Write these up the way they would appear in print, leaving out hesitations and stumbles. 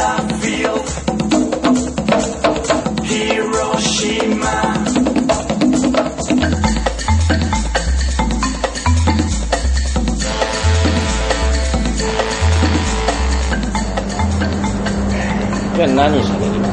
じゃあ何しゃべります？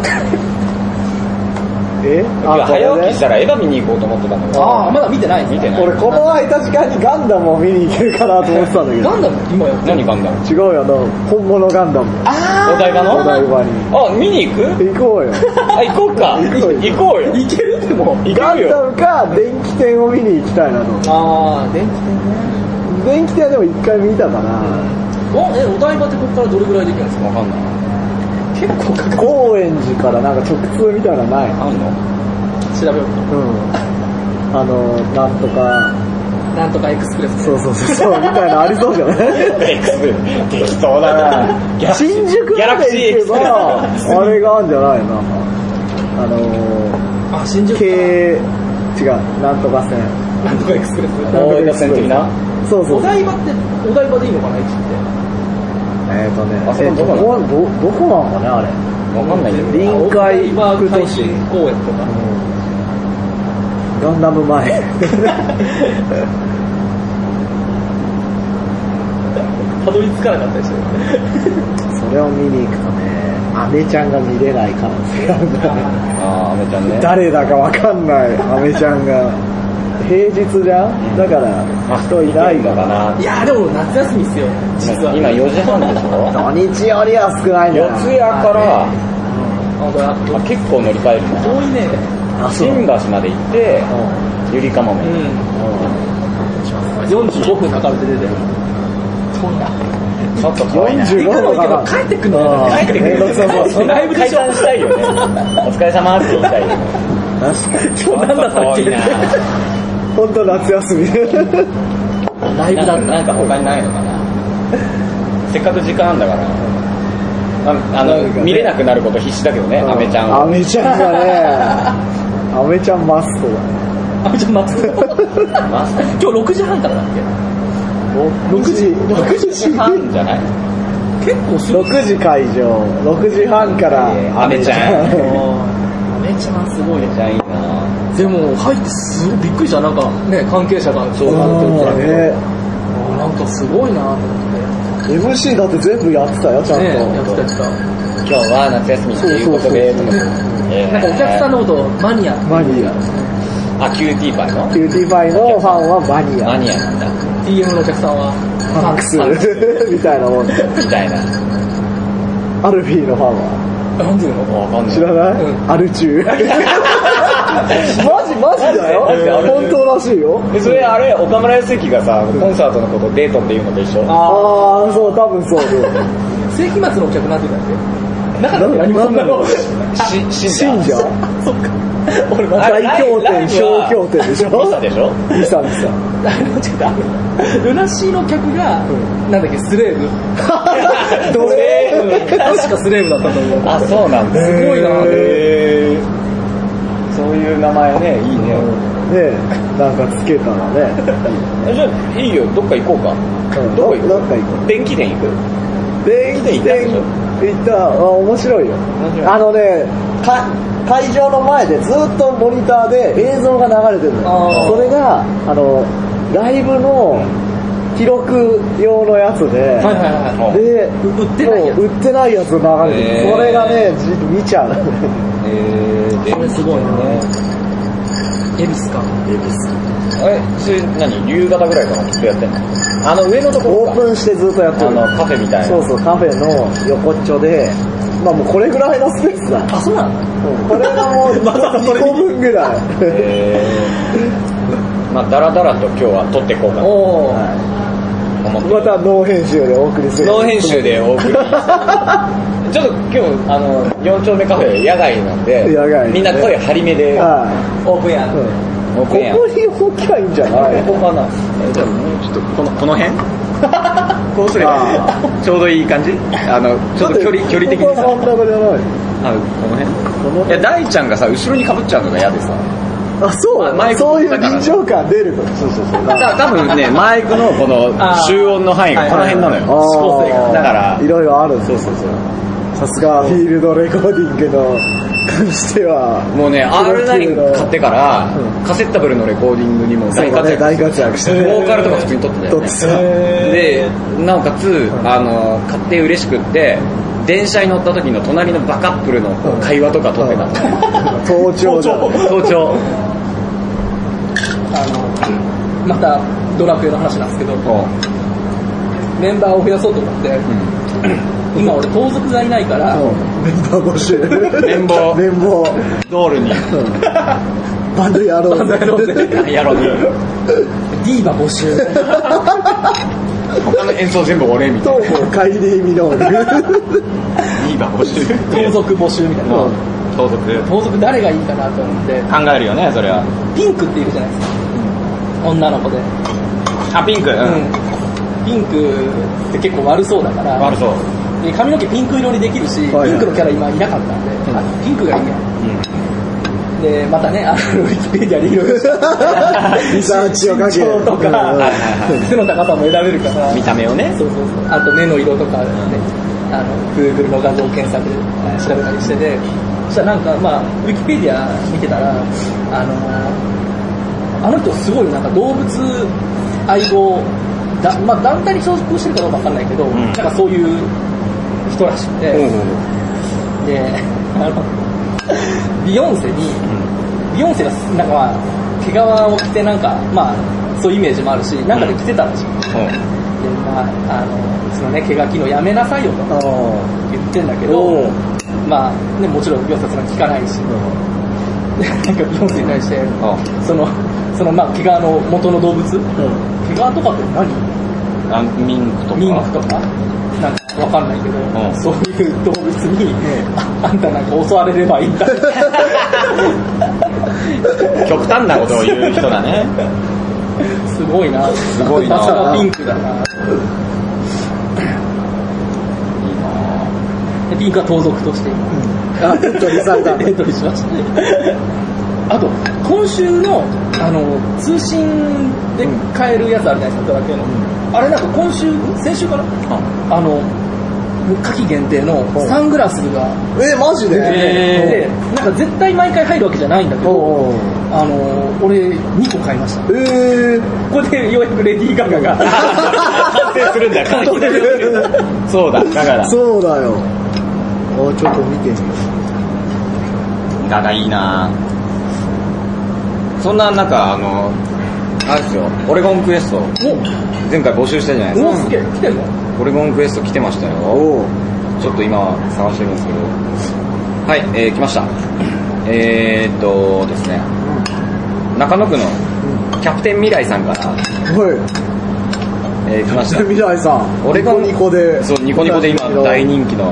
早起きしたら映画見に行こうと思ってたんだけど。 まだ見てない。 見てない。 俺この空いた時間にガンダムを見に行けるかなと思ってたんだけど。 ガンダム今やってる。 何ガンダム？ 違うよ、本物ガンダム。 お台場の？ お台場に。 見に行く？ 行こうよ。 行こうか。行こうよ。 行けるでも。 ガンダムか電気店を見に行きたいなと。 電気店ね。 電気店はでも一回見たかな。 お台場ってここからどれぐらいできるんですか？ わかんない。 結構かかる。 高円寺からなんか直通みたいなのない？ あんの？ 調べよう。なんとかエクスプレス。 そうみたいなありそうじゃない？ エクスプレス。適当だな。 新宿まで行けばあれがあるんじゃないの？ 新宿違う、なんとか線。 なんとかエクスプレス。 大江戸線的な？ そう。 お台場ってお台場でいいのかな、駅って。 どこなのかねあれ。 わかんないけど。 臨海副都市公園とか。 ガンダム前。 たどり着かなかったでしょ。 それを見に行くとね、アメちゃんが見れない可能性があるんだね。 アメちゃんね。 誰だかわかんないアメちゃんが。平日じゃん、だから人いないかな。 いやでも夏休みっすよ実は。 今4時半でしょ。 土日よりは少ないんだよ。 四谷から結構乗り換えるな。 遠いね。 新橋まで行ってゆりかもめ。 45分かかるって出てる。遠いな。 ちょっと遠いな。 45分かかる。 帰ってくんのよ。 帰ってくる。ライブ解散したいよね。お疲れ様って言いたいよね。 確かに。 今日何だったっけ？ 本当夏休み。 ライブだった。 なんか他にないのかな。せっかく時間あんだから。見れなくなること必死だけどね、アメちゃんは。 アメちゃんがね、アメちゃんマストだね。 アメちゃんマスト。今日6時半からだっけ ？6時半じゃない？ 結構すぐ。6時会場、6時半からアメちゃん。 アメちゃんすごいね。 じゃあいいな。 でも入ってびっくりした。なんかね、関係者がそうなって言ってたけど、なんかすごいなと思って。 MC だって全部やってたよ、ちゃんと。 やってた。 今日は夏休みっていうことで、 なんかお客さんのことをマニア。 キューティーパイの？ キューティーパイのファンはマニア。 マニアなんだ。 TM のお客さんはファンクスみたいなもん。 みたいな。 アルフィーのファンは？ なんでの？ わかんない。 知らない？アルチュー。マジだよ。本当らしいよ。 それあれ岡村康之がさコンサートのことデートっていうのと一緒？ そう、多分そう。 世紀末のお客なんて言うんだっけ？何もそんなの。 信者？ そっか。 俺大経典、小経典でしょ？ ミサでしょ？ ミサ。 ルナシーの客がなんだっけ、スレーブ。 どれ？ 確かスレーブだったと思う。 あ、そうなんだ。 すごいな。 そういう名前ね、いいね。 ね、なんかつけたらね。 じゃあいいよ、どっか行こうか。どこ行く？電気店行く？ 電気店行ったら面白いよ。会場の前でずっとモニターで映像が流れてるの。それがライブの記録用のやつで、で売ってないやつが流れてる。それがね見ちゃう。 それすごいね。恵比寿か。 それ何？夕方ぐらいからずっとやってんの？上のところオープンしてずっとやってる。 カフェみたいな。 そう、カフェの横っちょで、もうこれぐらいのスペースだ。 あ、そうなの？ これがもう2個分ぐらい。 だらだらと今日は撮っていこうかな。 またノー編集でお送りする。 ノー編集でお送り。ちょっと今日4丁目カフェ野外なんで、みんな声張り目でオープンや。 ここに置きゃいいんじゃない？ ここかな。じゃあもうちょっとこの辺？こうすればちょうどいい感じ？ちょっと距離的にさ。 ここは真ん中じゃない？ この辺？いや大ちゃんがさ後ろに被っちゃうのが嫌でさ。 あ、そう、そういう臨場感出るの。そう。 多分ね、マイクのこの集音の範囲がこの辺なのよ。だからいろいろある。 そう。 さすがフィールドレコーディングの関してはもうね R9 買ってから、カセッタブルのレコーディングにも大活躍して、ボーカルとか普通に撮ってたよね。でなおかつ買って嬉しくって電車に乗った時の隣のバカップルの会話とか撮ってた。 盗聴またドラクエの話なんですけど、メンバーを増やそうと思って、今俺盗賊がいないから、 メンバー募集、 綿棒ドールにバンドやろうぜやろうぜディーバ募集他の演奏全部俺みたいな。 東方海霊ミノールディーバ募集、 盗賊募集みたいな。 盗賊誰がいいかなと思って考えるよね。それはピンクっているじゃないですか、女の子で。 ピンク、 ピンクって結構悪そうだから、 悪そうで髪の毛ピンク色にできるし、ピンクのキャラ今いなかったんで、ピンクがいいや、でまたねウィキペディアでいろいろリサーチをかけ身長とか背の高さも選べるから見た目をね、 そうあと目の色とかね、Google の画像検索で調べたりしてて、そしたらなんかウィキペディア見てたらあの人すごいなんか動物愛護団体に所属してるかどうかわかんないけど、なんかそういう人らしくて、でビヨンセがなんか毛皮を着てなんかそういうイメージもあるし、なんかで着てたらしい。でそのね毛書きのやめなさいよと言ってんだけど、ねもちろん秒殺なんか聞かないし、でなんかビヨンセに対してその毛皮の元の動物、毛皮とかって何？ ミンクとかなんかわかんないけど、そういう動物に、あんたなんか襲われればいいんだ極端なことを言う人だね。 すごいな。さすがピンクだな。でピンクは盗賊としてエントリーされた。エントリーしました。あと今週の通信で買えるやつあるじゃないですか、ドラクエの。あれなんか先週かな、夏季限定のサングラスがマジでなんか絶対毎回入るわけじゃないんだけど、俺2個買いました。ここでようやくレディー・ガガが完成するんだよ。そうだからそうだよ。ちょっと見てみよう。ガガいいな。そんな中あれですよ、オレゴンクエスト前回募集したじゃないですか。 来てんの？ オレゴンクエスト来てましたよ。ちょっと今探してるんですけど、はい、来ました。ですね、中野区のキャプテン未来さんから来ました。 未来さん、 オレゴンニコニコで、 そうニコニコで今大人気の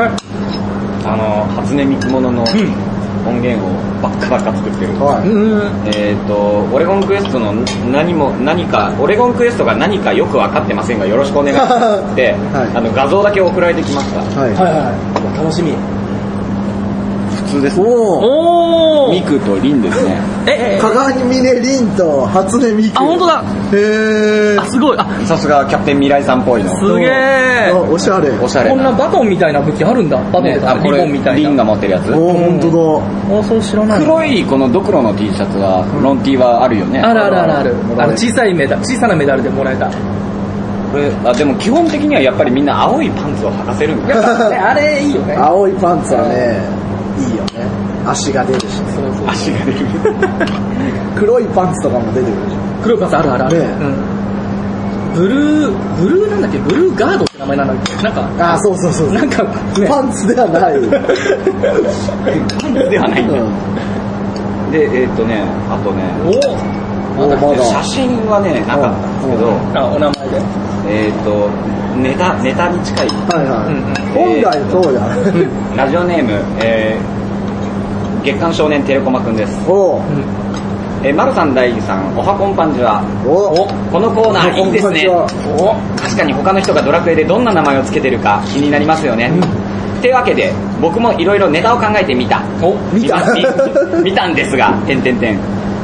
初音ミクものの音源をバッカバカ作ってる、オレゴンクエストのオレゴンクエストが何かよく分かってませんがよろしくお願いしますって、画像だけ送られてきました。 楽しみ。 普通ですね。ミクとリンですね。 鏡峰リンと初音ミク。 本当だ。すごい。 さすがキャプテン未来さんっぽいの。 すげえ。 おしゃれ。 こんなバトンみたいな武器あるんだ。バトンってリボンみたいな。 リンが持ってるやつ。 本当だ。 そう知らない。 黒いこのドクロの T シャツはロン T はあるよね。 ある。小さなメダルでもらえた。 でも基本的にはやっぱりみんな青いパンツを履かせるんだよ。 あれいいよね。 青いパンツはね、いいよね。足が出るしね。 足が出る。 黒いパンツとかも出てくるでしょ。 黒いパンツある。ブルーなんだっけ、ブルーガードって名前なんだっけ、なんかそうなんか、 パンツではないパンツではないんだよ。であとね写真はねなかったんですけど、 お名前でネタに近い。 本来そうじゃん。 ラジオネーム月刊少年テレコマくんです。マルさん大さん、おはこんぱんじは。このコーナーいいですね。確かに他の人がドラクエでどんな名前をつけてるか気になりますよね。ってわけで僕もいろいろネタを考えてみたんですが、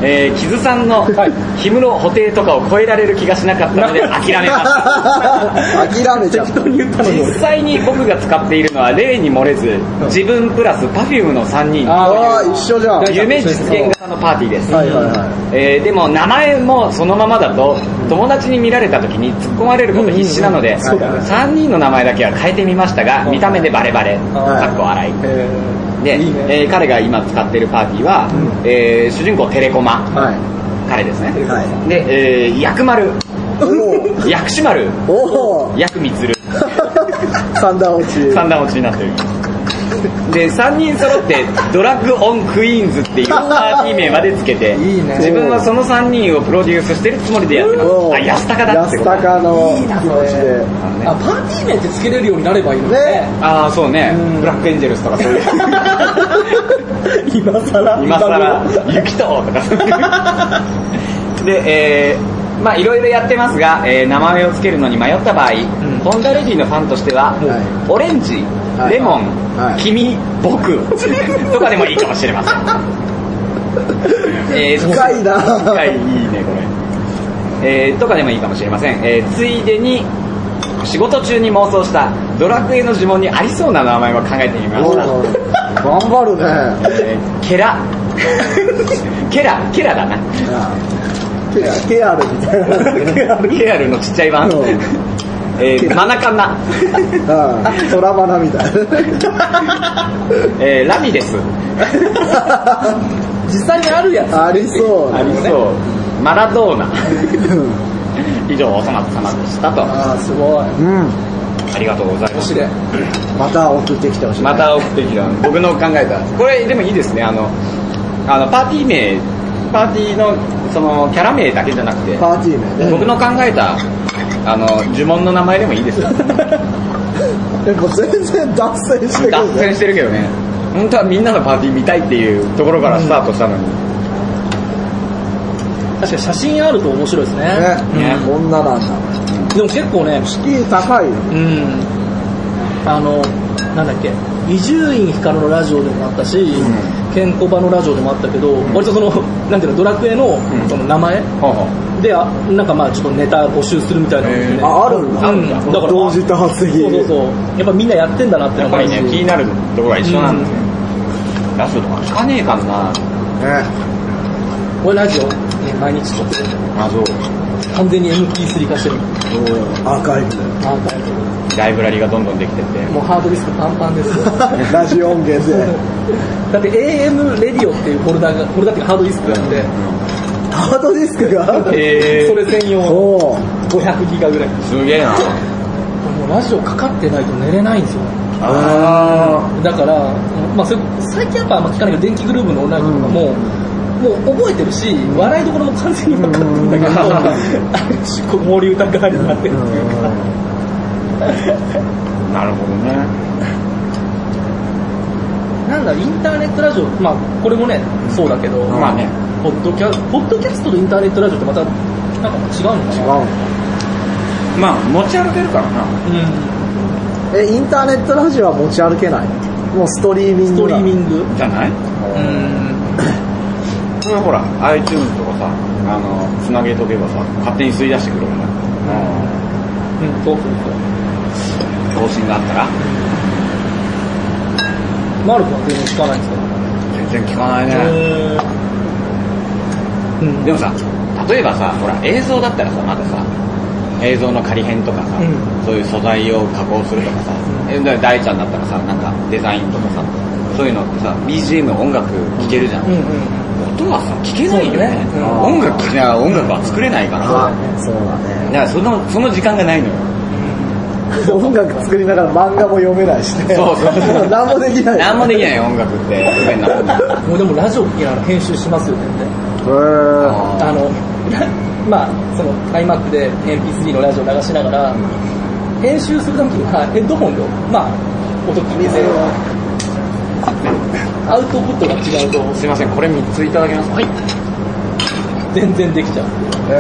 木津さんの氷室補定とかを超えられる気がしなかったので諦めました諦めちゃった実際に僕が使っているのは例に漏れず自分プラス Perfume の3人一緒じゃん夢実現型のパーティーです、でも名前もそのままだと友達に見られた時に突っ込まれること必死なので3人の名前だけは変えてみましたが見た目でバレバレかっこ笑いで、彼が今使っているパーティーは、主人公テレコマ、彼ですね、で、薬丸薬師丸薬みつる三段落ちになってるで3人揃ってドラッグオンクイーンズっていうパーティー名までつけて自分はその3人をプロデュースしてるつもりでやってます安高だってこと安高の気持ちでパーティー名ってつけれるようになればいいのねそうねブラックエンジェルスとかそういう今更雪ととかでいろいろやってますが、名前をつけるのに迷った場合、ホンダレディのファンとしては、オレンジ、レモン、君、僕とかでもいいかもしれません。 深いな。 深い、いいねこれ。とかでもいいかもしれません。ついでに仕事中に妄想したドラクエの呪文にありそうな名前を考えてみました。 頑張るね。 ケラだな。 ケアルみたいなケアルのちっちゃい版マナカナトラマナみたいなラミレス実際にあるやつありそうマラドーナ以上おさま様でしたとすごいありがとうございますまた送ってきてほしいまた送ってきた僕の考えたこれでもいいですねパーティーのそのキャラ名だけじゃなくてパーティー名ね僕の考えた呪文の名前でもいいですよでも全然脱線してるけどね本当はみんなのパーティー見たいっていうところからスタートしたのに、 確かに写真あると面白いですねこんななんだでも結構ね敷居高いなんだっけ伊集院光のラジオでもあったし、ケンコバのラジオでもあったけど、割とそのなんていうのドラクエのその名前でなんかちょっとネタ募集するみたいなのねあるんだだから同時多発的そうやっぱみんなやってんだなってやっぱりね気になるところが一緒なんですよラジオとか聞かねえかな俺ラジオ毎日撮ってるそう完全に MP3 化してるアーカイブライブラリがどんどんできててもうハードディスクパンパンですラジオ音源でだって AM レディオっていうフォルダっていうかハードディスクなんでハードディスクがそれ専用の500ギガぐらいすげえなもうラジオかかってないと寝れないんですよだから最近やっぱあんま聞かないけど電気グルーヴのオンラインとかもう覚えてるし笑いどころも完全に分かってるんだけど子守歌代わりになってるっていうかなるほどねなんだインターネットラジオこれもねそうだけどねポッドキャストとインターネットラジオってまたなんか違うのかな持ち歩けるからなインターネットラジオは持ち歩けないもうストリーミングじゃないそれはほら iTunes とかさつなげとけばさ勝手に吸い出してくるから更新があったらマルコは全然聞かないんですか全然聞かないねでもさ例えばさほら映像だったらさまださ映像の仮編とかさ、そういう素材を加工するとかさ大ちゃんだったらさなんかデザインとかさそういうのってさ BGM 音楽聴けるじゃん、音はさ聴けないよね音楽聴きながら音楽は作れないからそうだねだからその時間がないのよ音楽作りながら漫画も読めないしねそう何もできない音楽って不便なもうでもラジオ聴きながら編集しますよねその iMac で MP3 のラジオ流しながら編集するときにはヘッドホンで音聞いてアウトプットが違うとすいませんこれ3ついただけますか全然できちゃう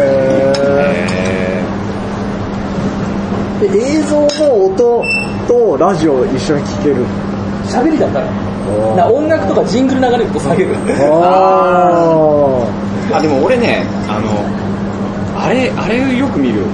映像の音とラジオを一緒に聴ける喋りだったら音楽とかジングル流れると下げるあ、でも俺ね、あれよく見る。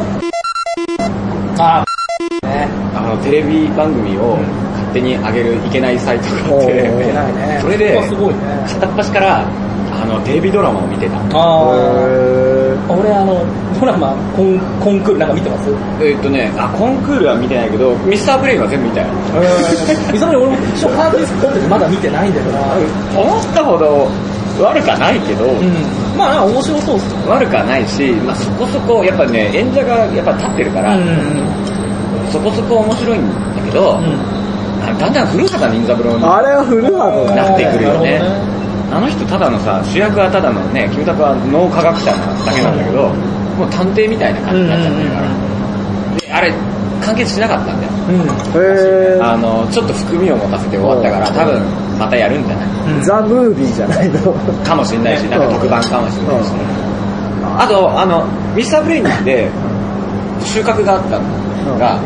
テレビ番組を勝手に上げるいけないサイトがあって、それで片っ端からテレビドラマを見てた。 俺ドラマコンクールなんか見てます？ コンクールは見てないけど、ミスターブレインは全部見たよ。 ミスターブレイン俺も一応ハードディスク取っててまだ見てないんだけどな。 思ったほど悪かないけど、 まあ面白そうっすね。 悪かないし、まあそこそこやっぱね演者がやっぱ立ってるから、そこそこ面白いんだけど、だんだん古畑任三郎にあれは古畑になってくるよね。あの人ただのさ、主役はただのね、キムタクは脳科学者なだけなんだけど、もう探偵みたいな感じになっちゃってるから。で、あれ、完結しなかったんだよ。ちょっと含みを持たせて終わったから、多分またやるんじゃない？ ザ・ムービーじゃないのかもしれないし、なんか特番かもしれないし。あと、ミスターブレインで収穫があったのが、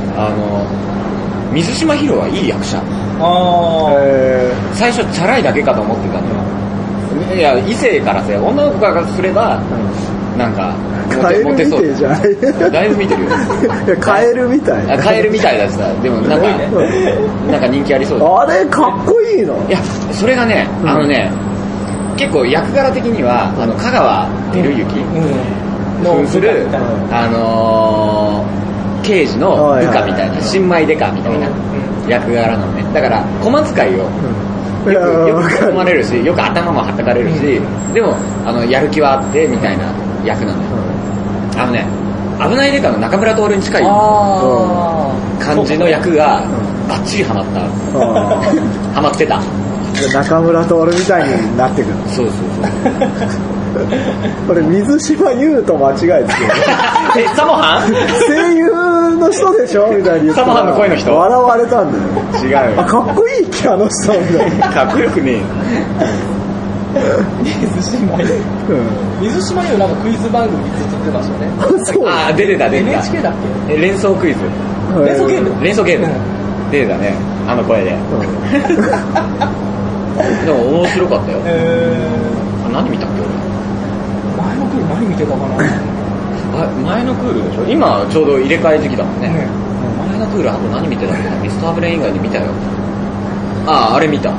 水島ヒロはいい役者。最初チャラいだけかと思ってたのよ。いや、異性からさ、女の子からすればなんかモテそう。じゃないだいぶ見てるよ。 カエルみたい。 カエルみたいだしさ、でもなんか人気ありそうだ。 あれかっこいいの？ いや、それがね、結構役柄的には香川照之扮する刑事の部下みたいな、新米デカみたいな役柄なのね。だから小松遣いをよく込まれるし、よく頭もはたかれるし、でもやる気はあってみたいな役なのよ。危ないデカの中村徹に近い感じの役がバッチリハマった。ハマってた。 中村徹みたいになってくる。 そうこれ水島優と間違えてサモハン声優の人でしょみたいに言ったらサモハンの声の人笑われたんだよ。 違うよ。 かっこいいっけあの人みたいな。 かっこよくねえ。水島優なんかクイズ番組ずっと出てましたね。 あ、出てた。 NHK だっけ？ 連想クイズ。 連想ゲーム出てたね、あの声で。でも面白かったよ。何見たっけ俺。 前のクール何見てたかな。 前のクールでしょ。今ちょうど入れ替え時期だもんね。前のクールあと何見てたっけ。ミスターブレイン以外に見たよ。あれ見た。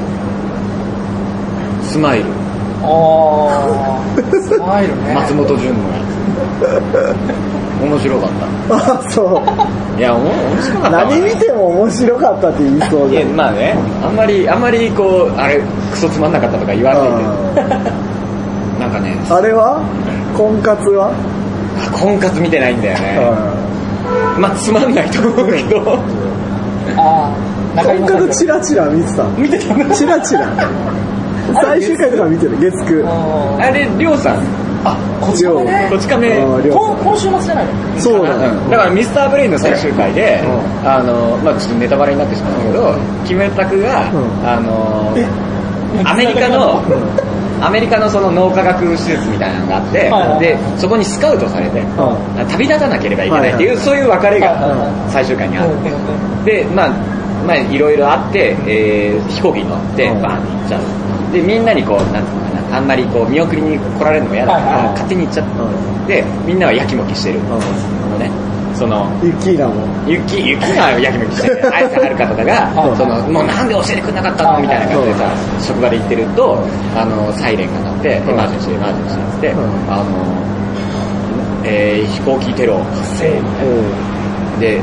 スマイル。 スマイルね。 松本潤のやつ。面白かった。 あ、そう。 いや、面白かった。 何見ても面白かったって言いそうで。 まあね、あんまりこうあれクソつまんなかったとか言わないで。なんかね。あれは？婚活は？ 婚活見てないんだよね。まあつまんないと思うけど。 婚活チラチラ見てた。 見てた。 チラチラ。最終回とか見てる。月9。 あれりょうさん。 こち亀ね。 こち亀。 今週末じゃないの？ そうだね。 だからミスターブレインの最終回で、まあちょっとネタバレになってしまうんだけど、キムタクがアメリカのその脳科学施設みたいなのがあって、でそこにスカウトされて旅立たなければいけないっていうそういう別れが最終回にあって、でまあいろいろあって、飛行機に乗ってバーンって行っちゃう。でみんなにこうなんていうのかな、あんまりこう見送りに来られるのも嫌だから勝手に行っちゃって、でみんなはやきもきしてるのね。そのユッキーナもユッキーナはやきもきしてる。綾瀬はるかとかがもうなんで教えてくれなかったのみたいな感じでさ、職場で言ってるとサイレンが鳴ってエマージェンシーって飛行機テロ発生みたいなで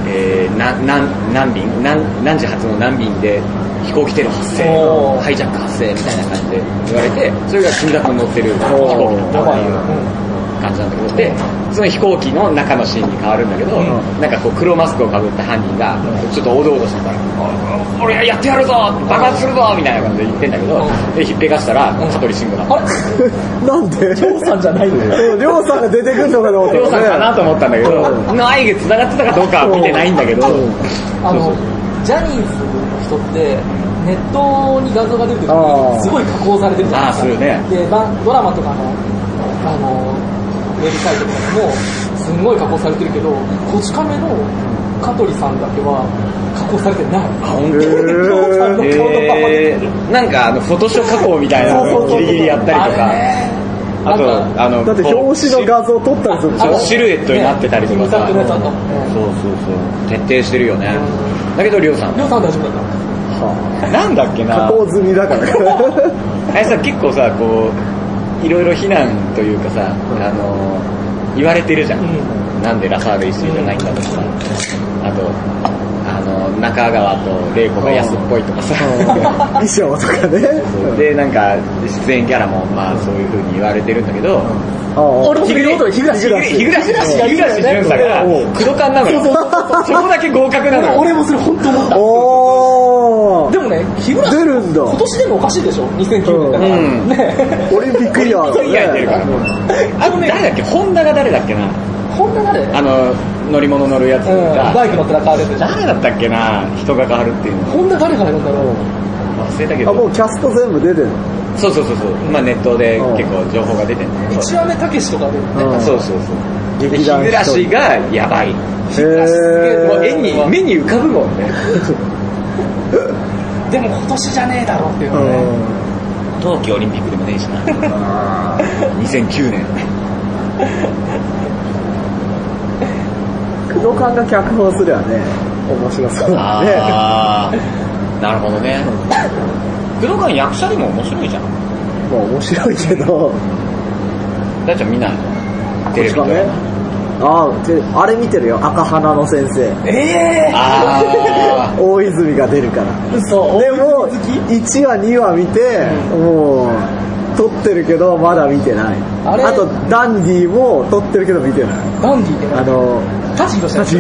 何時発の何便で飛行機テロ発生、ハイジャック発生みたいな感じで言われて、それがキムタクの乗ってる飛行機だったっていう感じなんだけど、でその飛行機の中のシーンに変わるんだけど、なんかこう黒マスクをかぶった犯人がちょっとおどおどしたから「俺やってやるぞ爆発するぞ!」みたいな感じで言ってんだけど、でひっぺがしたら香取慎吾だった。 なんで？ りょうさんじゃないのよ。 りょうさんが出てくるのかと思った。 りょうさんかなと思ったんだけど、愛が繋がってたかどうかは見てないんだけど、 ジャニーズの人ってネットに画像が出るときにすごい加工されてるじゃないですか。でドラマとかのウェブサイトとかでもすんごい加工されてるけど、こち亀の香取さんだけは加工されてない。 なんかフォトショー加工みたいなのをギリギリやったりとかあとだって表紙の画像撮ったりするでしょ。 シルエットになってたりとかさ、そう徹底してるよね。だけどりょうさん大丈夫だった。 なんだっけな、 加工済みだからあれさ、結構さ、こういろいろ非難というかさ、言われてるじゃん、なんでラサール一緒じゃないんだとかさ、あと中川と玲子が安っぽいとかさ、 衣装とかね。 でなんか出演キャラもまあそういう風に言われてるんだけど、 俺も日暮淳さんがクドカンなのよ。そこだけ合格なのよ。 俺もそれ本当思った。でもね、日暮出るんだ。 今年でもおかしいでしょ、2009年だからね。 オリンピックイヤー出るから。あと誰だっけ、ホンダが誰だっけな。 ホンダ誰？ 乗り物乗るやつが、 バイク乗ったら変わるんでしょ。 誰だったっけな、人が変わるっていうの。 ホンダ誰がいるんだろう。 忘れたけど。 もうキャスト全部出てるの。 そう。まあネットで結構情報が出てるんだけど。 一話目たけしとかで。 そう。 劇団日暮がやばい。日暮すげえ、目に浮かぶもんね。 でも今年じゃねえだろっていうのね。 冬季オリンピックでもねえしな。2009年。 工藤館が脚本すればね、面白そうだね。 なるほどね。工藤館役者でも面白いじゃん。 まあ面白いけど。 だいちゃん見ないの？テレビとかね。 あれ見てるよ、赤鼻の先生。大泉が出るから。 嘘。 でも1話2話見て、もう撮ってるけどまだ見てない。あとダンディも撮ってるけど見てない。 ダンディって舘ひろしち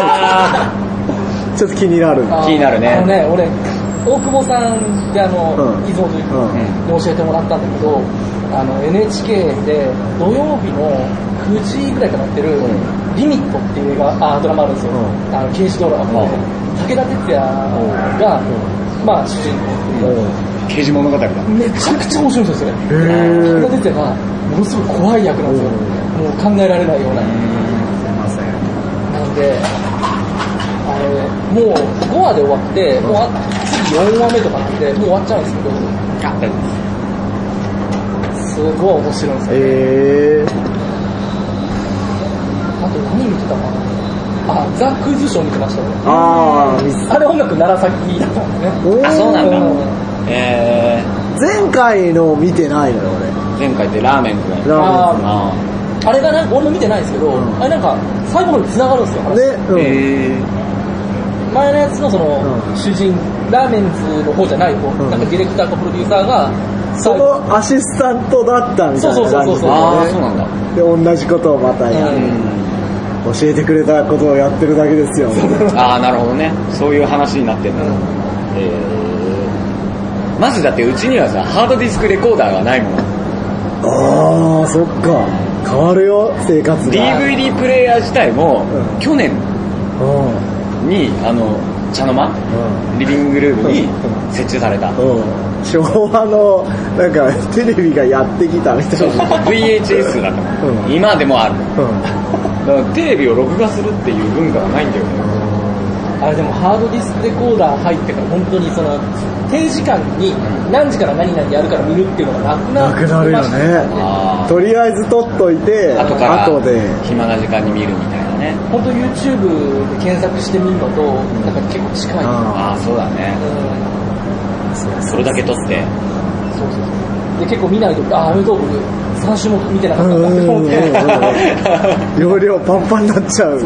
ょっと気になる。 気になるね。 俺大久保さんで出雲というに教えてもらったんだけど、NHK で土曜日の9時ぐらいからやってるリミットっていうドラマあるんですよ。刑事ドラマで武田鉄矢がまあ主人公。 刑事物語だ。 めちゃくちゃ面白いんですよね。武田鉄矢がものすごい怖い役なんですよ。もう考えられないような。なんでもう5話で終わって、もう次4話目とかなんでもう終わっちゃうんですけど、すごい面白いんですよね。あと何見てたかな。ザ・クイズショー見てましたね。あれ音楽長崎だったんですね。 そうなんだ。 前回の見てないのよ俺。前回ってラーメンくらい。 あれがね、俺も見てないんですけど、あれなんか最後まで繋がるんですよ、話。前のやつの主人、ラーメンズの方じゃない方、なんかディレクターかプロデューサーが、 そのアシスタントだったみたいな感じで。 そうなんだ。 で、同じことをまたやる。教えてくれたことをやってるだけですよ。 なるほどね。そういう話になってんだ。まずだってうちにはさ、ハードディスクレコーダーがないもん。 そっか。変わるよ、生活が。 DVD プレイヤー自体も、去年に茶の間、リビングルームに設置された。 昭和のなんかテレビがやってきたみたいな。 VHS だと。今でもある。だからテレビを録画するっていう文化がないんだよね。 あれでもハードディスクレコーダー入ってから本当に定時間に何時から何々やるから見るっていうのがなくなるよね。とりあえず撮っといて後で暇な時間に見るみたいなね。 本当 YouTube で検索してみるのとなんか結構近い。 そうだね。それだけ撮って。 そうで結構見ないとアメトーク3週も見てなかったんだって思って容量パンパンになっちゃう。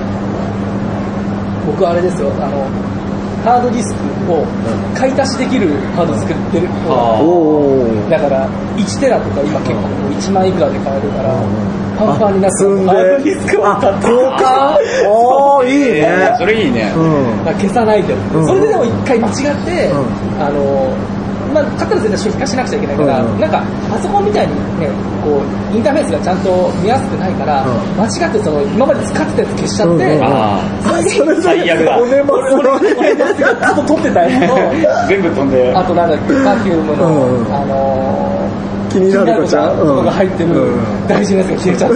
僕あれですよ、ハードディスクを買い足しできるハードディスクってるだから1テラとか今結構1万いくらで買えるからパンパンになってハードディスクを買っていいね。 それいいね。 消さないで、それででも一回間違って買ったら絶対初期化しなくちゃいけないから、なんかパソコンみたいにね、こうインターフェースがちゃんと見やすくないから、間違って今まで使ってたやつ消しちゃって、 それ最悪だ。 俺がずっと撮ってたやつと全部飛んで、 あとなんだっけ、Perfume の気になる子ちゃんとかが入ってる大事なやつが消えちゃって。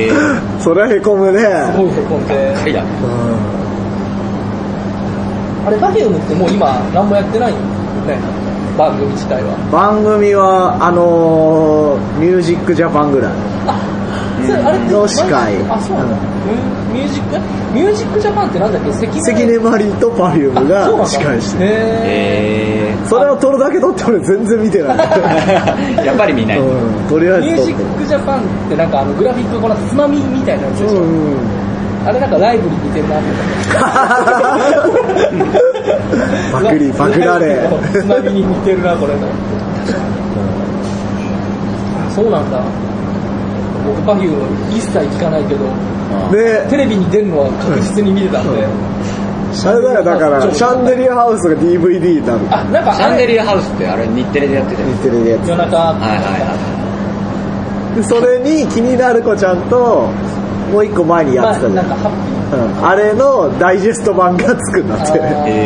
それはへこむね。 すごいへこんで。 だ。 あれ Perfume ってもう今何もやってないんね。 番組自体は。 番組はミュージックジャパンぐらい。 あれの司会。 あ、そうなんだ。ミュージックジャパンってなんだっけ？関根麻里と Perfume が司会して。それを撮るだけ撮って俺全然見てない。 やっぱり見ない。 とりあえず。 ミュージックジャパンってなんかグラフィックこのつまみみたいなやつでしょ。あれなんかライブに似てるなって。 パクられ。 つまみに似てるなこれ。そうなんだ。僕Perfume一切聞かないけど、テレビに出るのは確実に見てたんで。 あれだよ、だからシャンデリアハウスが DVD になる。 あ、なんかシャンデリアハウスってあれ日テレでやってたよ。 日テレでやってた。 夜中。 はいはいはい。 でそれに気になる子ちゃんともう一個前にやってたじゃん。 なんかハッピー。 あれのダイジェスト版がつくんだって。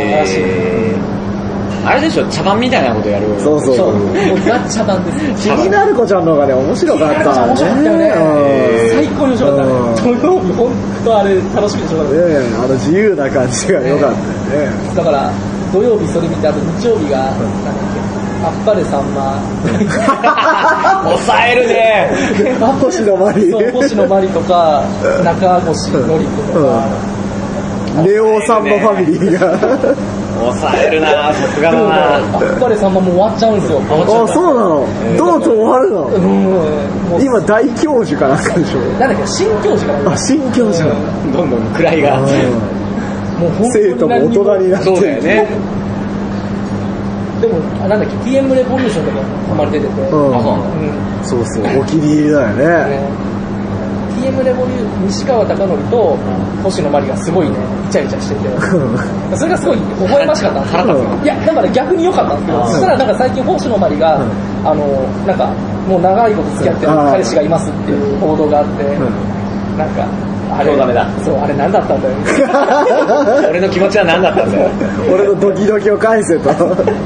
あれでしょ、茶番みたいなことやる。 そう。 もうガッチャ版です。 気になる子ちゃんの方がね、面白かったね。 面白かったよね。最高に面白かったね。土曜日本当あれ楽しみでしょうかった。 自由な感じが良かったよね。 だから土曜日それ見て、あと日曜日がなんだっけ、あっぱれさんま。 抑えるね。 星野真里。 そう、星野真里とか中越のり子とか。 レオさんのファミリーが抑えるな、さすがだな。 あっぱれさんまもう終わっちゃうんですよ。 あ、そうなの。どうと終わるの。今大教授かなんかでしょ。 なんだっけ、新教授かな。 あ、新教授。 どんどん位が。 もう本当に生徒も大人になって。 そうだよね。 でもなんだっけ、TM レボリューションとかハマれてて。 そうそう、お気に入りだよね。 TM レボリュー西川貴教と星野真里がすごいね、イチャイチャしてて、それがすごい微笑ましかったんですよ。いや、だから逆に良かったんですけど、そしたらなんか最近星野真里が、なんかもう長いこと付き合ってる彼氏がいますっていう報道があって、なんか、あれダメだ。 そう、あれ何だったんだよ。 俺の気持ちは何だったんだよ。 俺のドキドキを返せと。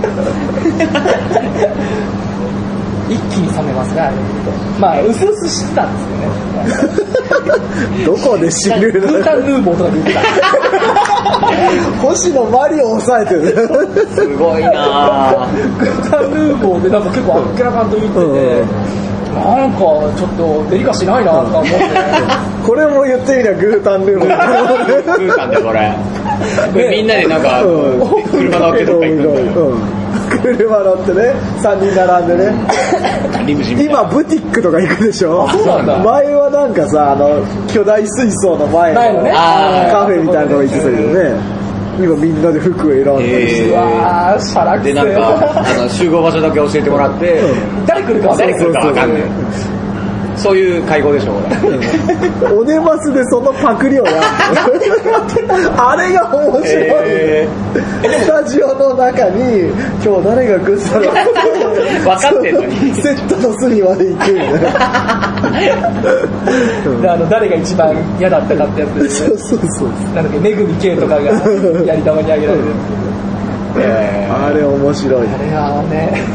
一気に冷めますね、あれ見ると。まあ、うすうすしてたんですけどね。 どこで知るの？ グータンヌーボーとか言ってた。 星野真里を抑えてる。 すごいな。 グータンヌーボーでなんか結構あっけらかんと言ってて、なんかちょっとデリカシーないなとか思って。 これも言ってみりゃグータンヌーボー。 グータンだよこれ。みんなでなんか車乗ってどっか行くんだよ。 車乗ってね、3人並んでね。今ブティックとか行くでしょ。 そうなんだ。 前はなんかさ、巨大水槽の前のね、カフェみたいなのが行ってたけどね。今みんなで服を選んだりして。 うわー、シャラくせでなんか集合場所だけ教えてもらって、 誰来るか分かんない。 そういう会合でしょ、これ。おねますでそのパクリをやってあれが面白い。スタジオの中に、今日誰が来るんだろう。 分かってんのに。 セットの隅まで行くみたいな。 誰が一番嫌だったかってやつですね。 そう。 なんだっけ、めぐみけいとかがやり玉にあげられる。 あれ面白い。 あれはね。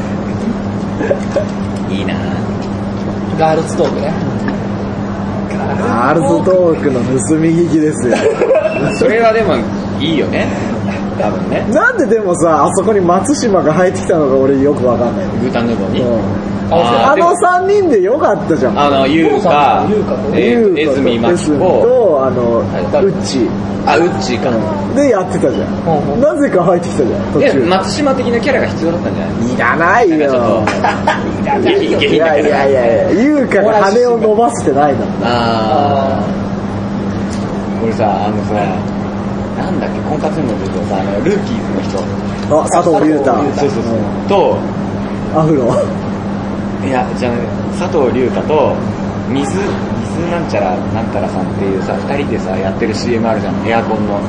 いいな。 ガールズトークね。 ガールズトークの盗み聞きですよ。 それはでもいいよね。多分ね。 なんででもさ、あそこに松島が入ってきたのか俺よくわかんない。 グータンヌーボーに。 あの3人でよかったじゃん。 優香、江住真紀子と、ウッチ。 ウッチか。 でやってたじゃん。なぜか入ってきたじゃん、途中。 松島的なキャラが必要だったんじゃない？ いらないよ。いや、優香が羽を伸ばしてないの。 俺さ、なんだっけ、婚活にも出てたルーキーズの人。 佐藤隆太。 そう。と、 アフロ。 いや、じゃあ、佐藤隆太と、水なんちゃらなんたらさんっていうさ、2人でさ、やってる CM あるじゃん、エアコンの。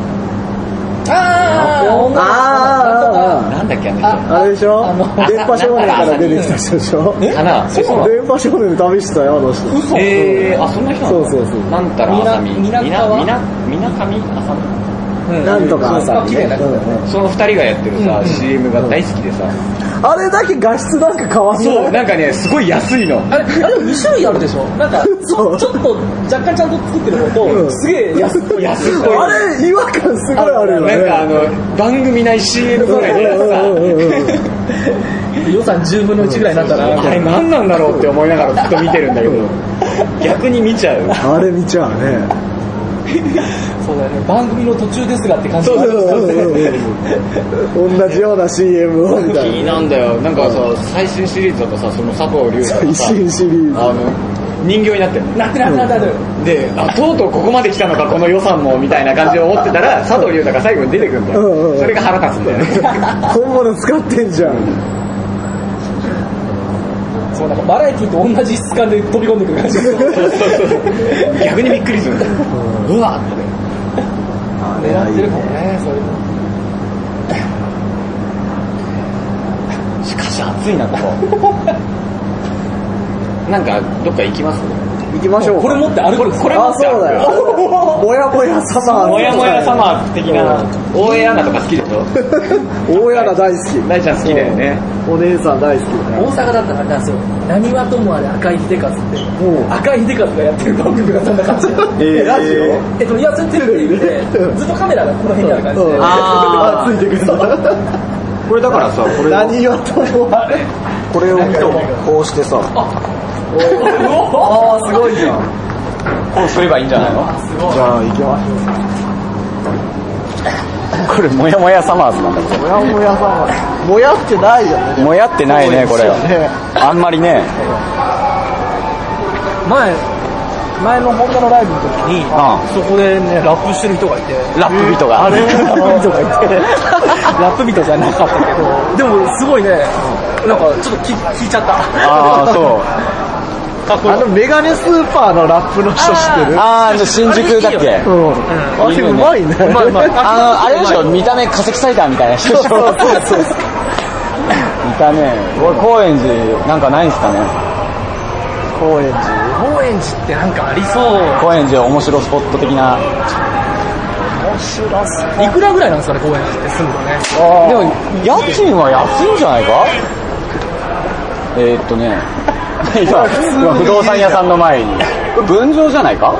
なんだっけ、 あれでしょ？電波少年から出てきた人でしょ？ かな？ 電波少年で試したよ、あの人。 そんな人なの？そう。なんたらあさみ。みなかみあさみ。 なんとかさ、 その2人がやってるさ、CM が大好きでさ、 あれだけ画質なんか変わんない。 そう、なんかね、すごい安いの。 あれ2種類あるでしょ。なんかちょっと若干ちゃんと作ってるのと、すげえ安っぽい。 あれ違和感すごいあるよね。 なんか番組内 CM ぐらいでさ、 予算10分の1ぐらいになったらあれ何なんだろうって思いながらずっと見てるんだけど逆に見ちゃう。 あれ見ちゃうね。 そうだよね、番組の途中ですがって感じ。 同じような CM をみたいな。 気なんだよ。なんかさ、最新シリーズだとさ、その佐藤龍がさ、 最新シリーズ人形になってるの。 なってる。 で、とうとうここまで来たのかこの予算もみたいな感じを思ってたら佐藤龍太が最後に出てくるんだよ。それが腹立つんだよね。 本物使ってんじゃん。 そう、なんかバラエティと同じ質感で飛び込んでくる感じ。 逆にびっくりするんだよ。うわっって。 狙ってるかもね、そういうの。 しかし暑いなここ。なんかどっか行きます？ 行きましょう。 これ持って歩く。 これ持って歩く。 そうだよ。もやもやサマー。 もやもやサマー的な。大江アナとか好きでしょ？ 大江アナ大好き。 大ちゃん好きだよね。 お姉さん大好き。 大阪だったらなんですよ。何はともあれ赤井秀和って。赤井秀和がやってる番組がそんな感じ。 ラジオ？ いや、テレビでずっとカメラがこの辺にある感じで。 あ、ついてくるんだ。 これだからさ、これ何はともあれ。これをこうしてさ。 ああ、すごいじゃん。 こうすればいいんじゃないの？ じゃあ行きましょう。 これもやもやサマーズなんだけど。 もやもやサマーズ。もやってないよね。 もやってないねこれ。あんまりね。 前のホンダのライブの時に、そこでねラップしてる人がいて、 ラップ人が。 ラップ人がいて、ラップ人じゃなかったけど、でもすごいね、なんかちょっと聞いちゃった。 ああそう。 メガネスーパーのラップの人知ってる？ 新宿だっけ？ あれうまいね。 あれでしょ、見た目化石サイダーみたいな人でしょ。見た目。高円寺なんかないんすかね？ 高円寺ってなんかありそう。 高円寺面白スポット的な。 いくらぐらいなんですかね、高円寺って住むとね。 でも家賃は安いんじゃないか？今不動産屋さんの前に分譲じゃないか？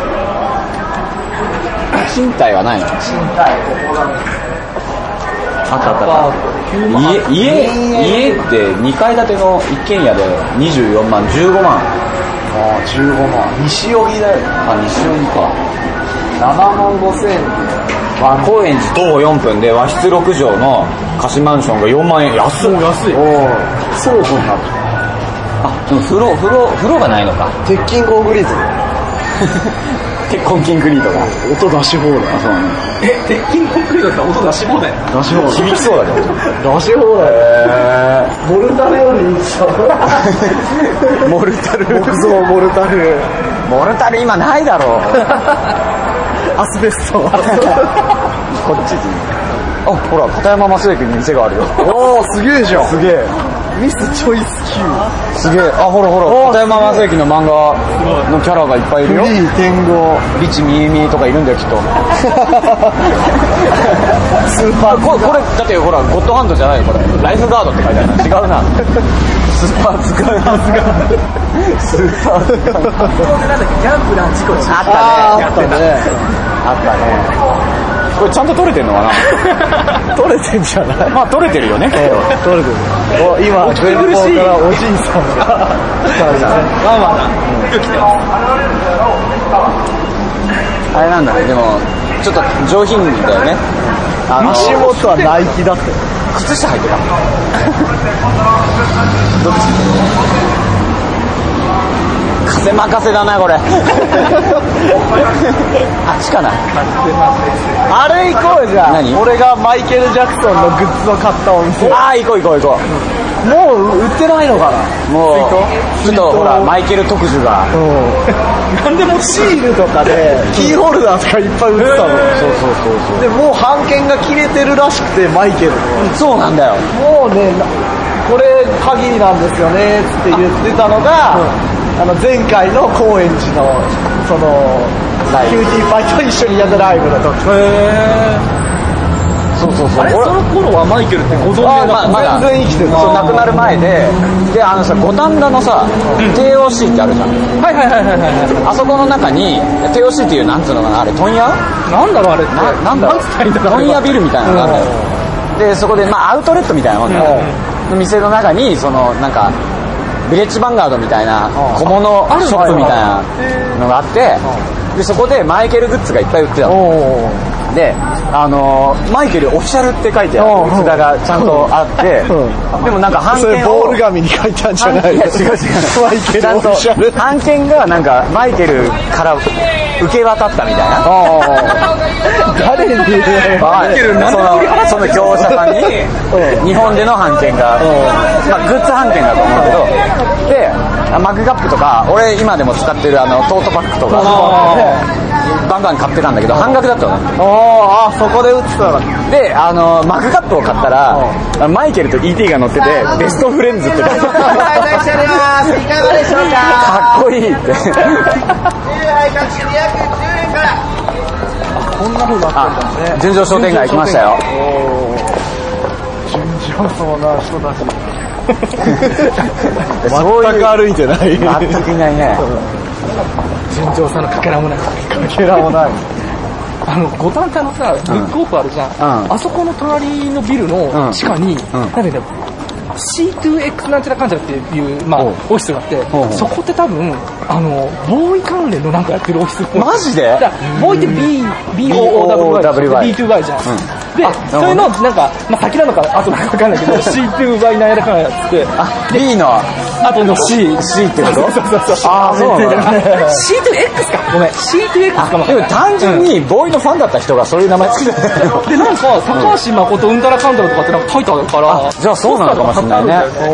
賃貸はないの？賃貸あった家って2階建ての一軒家で24万15万。 15万。西荻だよ。 西荻か。 7万5千円。 高円寺徒歩4分で和室6畳の貸しマンションが4万円。安い。 倉庫になってる。 でも風呂がないのか。 鉄筋コンクリート。 鉄筋コンクリートが音出し放題。 そうね。 鉄筋コンクリートって音出し放題。 出し放題。 響きそうだけど。 出し放題。モルタルよりいいっしょ。 モルタル。 木造モルタル。 モルタル今ないだろう。 アスベスト。 こっちに。ほら片山正之に店があるよ。 すげえじゃん。 すげえ。 ミスチョイス Q。 すげえ。ほら片山正之の漫画のキャラがいっぱいいるよ。 フリー天狗リチミエミとかいるんだよきっと。 スーパーこれだってほらゴッドハンドじゃないよこれ。ライフガードって書いてあるな。違うな。スーパーツカーなんですが。スーパーツカー。 なんだっけ、ギャンブラー事故あったね。これちゃんと撮れてんのかな？ 撮れてんじゃない？ まあ撮れてるよね。 撮れてる。今前方からおじいさんが来たんだね。 まあ今日来てます。 あれなんだね。でもちょっと上品だよね。 足元はナイキだって。 靴下履いてた。どっち？風任せだなこれ。あっちかな。 あれ行こうじゃん。 何？ 俺がマイケル・ジャクソンのグッズを買ったお店。 行こう。 もう売ってないのかな？ もうちょっとほらマイケル特需が。 なんでもシールとかでキーホルダーとかいっぱい売ってたの。 そうでもう版権が切れてるらしくてマイケル。 そうなんだよ。 もうねこれ限りなんですよねって言ってたのが。前回の高円寺のそのキューティーパイと一緒にやったライブの時。 そうあれその頃はマイケルってご存命だった？ まだ全然生きてる。 亡くなる前でさ五反田のさ TOC ってあるじゃん。 はいあそこの中に TOC っていうなんつうのかなあれ問屋？ なんだろうあれって。 なんだろう問屋ビルみたいなのがあるんだよ。でそこでアウトレットみたいなもんだよ。 店の中にそのなんかビレッジヴァンガードみたいな小物ショップみたいなのがあって、でそこでマイケルグッズがいっぱい売ってたの。で、マイケルオフィシャルって書いてある札がちゃんとあって、でもなんか版権をボール紙に書いてあるんじゃない？ いや違う違う。マイケルオフィシャル。版権がなんかマイケルから受け渡ったみたいな。 誰に？ マイケルその業者さんに日本での版権が、まあグッズ版権だと思うけど、でマグカップとか俺今でも使ってるトートバッグとかバンバン買ってたんだけど半額だったの。 そこで売ってたの。 でマグカップを買ったらマイケルと ET が乗っててベストフレンズって書いてある。いかがでしょうか。かっこいいって。 こんな風になってるんだね。 純情商店街来ましたよ。 純情そうな人たち。全く歩いてない。 全くいないね。 純情さのかけらもない。 かけらもない。 五反田のさ、ブックオフあるじゃん。あそこの隣のビルの地下に、なんだよ、C2X なんちゃらかんちゃらっていう、まあ、オフィスがあって、そこって多分、ボーイ関連のなんかやってるオフィス。 マジで？ ボーイって B-O-O-W-Y。B2Y じゃん。で、それの、なんか、まあ、先なのか後なのかわかんないけど、C2Y なんやらかんやつって、 B の後の C ってこと？ そう。ああ、そうなんだ。C2X か。ごめん。C2X かも。 でも単純にボーイのファンだった人がそういう名前つけてるの。 で、なんか、高橋誠うんたらかんたらとかってなんか書いてあるから。 じゃあそうなのかもしれないね。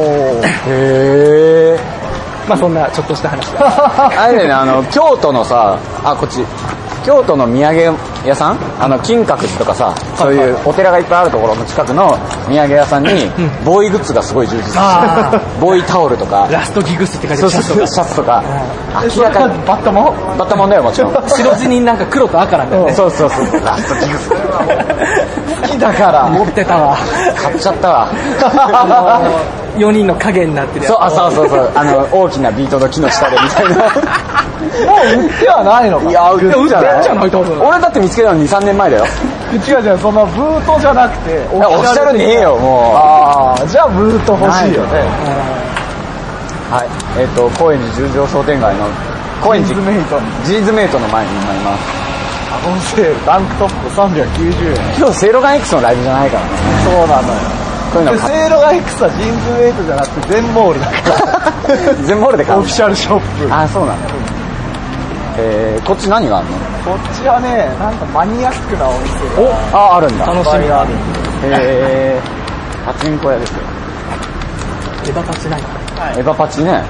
へー。まあそんなちょっとした話だ。 あれだよね、京都のさ、こっち。京都の土産屋さん金閣寺とかさ、そういうお寺がいっぱいあるところの近くの土産屋さんに、ボーイグッズがすごい充実してる。ボーイタオルとか。 ラストギグスって書いてあるシャツとか。明らかに。 バッタモンだよ、もちろん。 白地になんか黒と赤なんだよね。 そう。ラストギグス。 好きだから。 持ってたわ。 買っちゃったわ。 4人の影になってるやつ。 そう。大きなビートの木の下でみたいな。 もう売ってはないのか。 いや、売ってんじゃない多分。 俺だって見つけたの2、3年前だよ。 違う、そのブートじゃなくて、 オフィシャルねえよ、もう。 じゃあブート欲しいよね。 はい。高円寺十条商店街の、高円寺ジーンズメイトの前に今います。 アゴンセール、タンクトップ390円。 今日セイロガン X のライブじゃないからね。 そうなのよ。セイロガン X はジーンズメイトじゃなくて全モールだから。 全モールで買う。 オフィシャルショップ。 あ、そうなんだ。こっち何があるの？ こっちはね、なんかマニアックなお店が。 あるんだ。 楽しみがある。 パチンコ屋ですよ。 エバパチない。 エバパチね。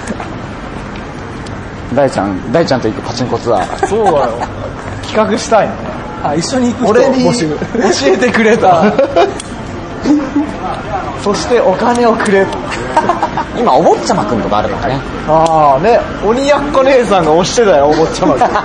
大ちゃんと行くパチンコツアー。 そうだよ。企画したいね。 一緒に行く人俺に教えてくれた。そしてお金をくれ。 今お坊ちゃまくんとかあるからね。 ね、鬼やっこ姉さんが押してたよ、お坊ちゃまくん。なん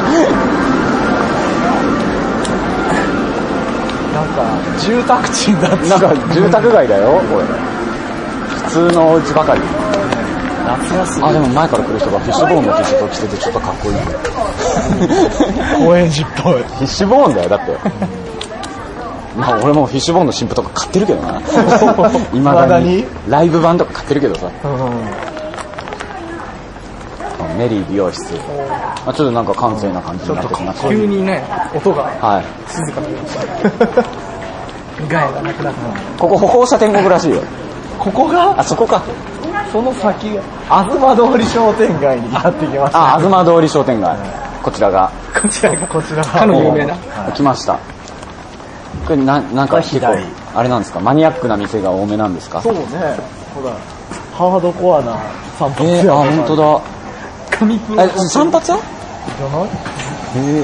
か住宅地だって。 なんか住宅街だよ、これ。普通のお家ばかり。 夏休み。 でも前から来る人がフィッシュボーンの T シャツを着ててちょっとかっこいい。 高円寺っぽい。 フィッシュボーンだよ、だって。まあ俺もフィッシュボーンの新譜とか買ってるけどな。未だにライブ版とか買ってるけどさ。メリー美容室。ちょっとなんか閑静な感じになってきました。 急にね、音が静かになりました。ガヤがなくなった。 ここ歩行者天国らしいよ。 ここが？ そこか。 その先が東通り商店街にやってきました。 東通り商店街。こちらが。 かの有名な。 来ました。これなんか結構あれなんですか、マニアックな店が多めなんですか？ そうね。ほら、ハードコアな散髪屋。 本当だ。 紙プロ。 散髪屋？ じゃない？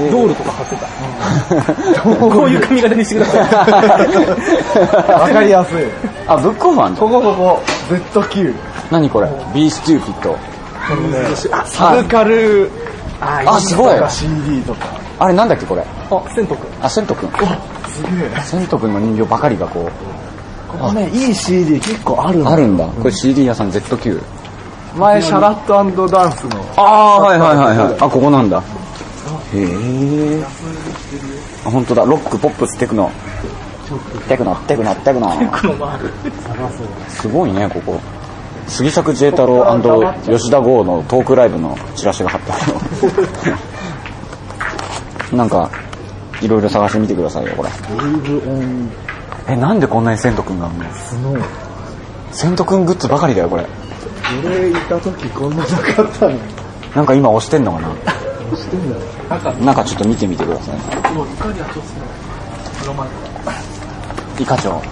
ドールとか貼ってた。こういう髪型にしてください。 わかりやすい。 ブックオフあんの？ ここ ZQ。 何これ？ Be Stupid。 サブカル。 すごい。 CD とか。 あれなんだっけこれ？ セントくん。 セントくん。 すげえ。 セントくんの人形ばかりがここね、いい CD 結構あるんだ。 あるんだ。これ CD 屋さん ZQ。 前シャラット&ダンスの。 はい。ここなんだ。へえ。本当だ。ロック、ポップス、テクノ。 テクノもある。すごいね、ここ。杉作 J 太郎&吉田剛のトークライブのチラシが貼ってある。なんか、いろいろ探してみてくださいよ、これ。なんでこんなにセントくんがあるの？セントくんグッズばかりだよ、これ。 俺いた時こんななかったの。 なんか今押してんのかな？ 押してんだよ。 なんかちょっと見てみてください。イカ長。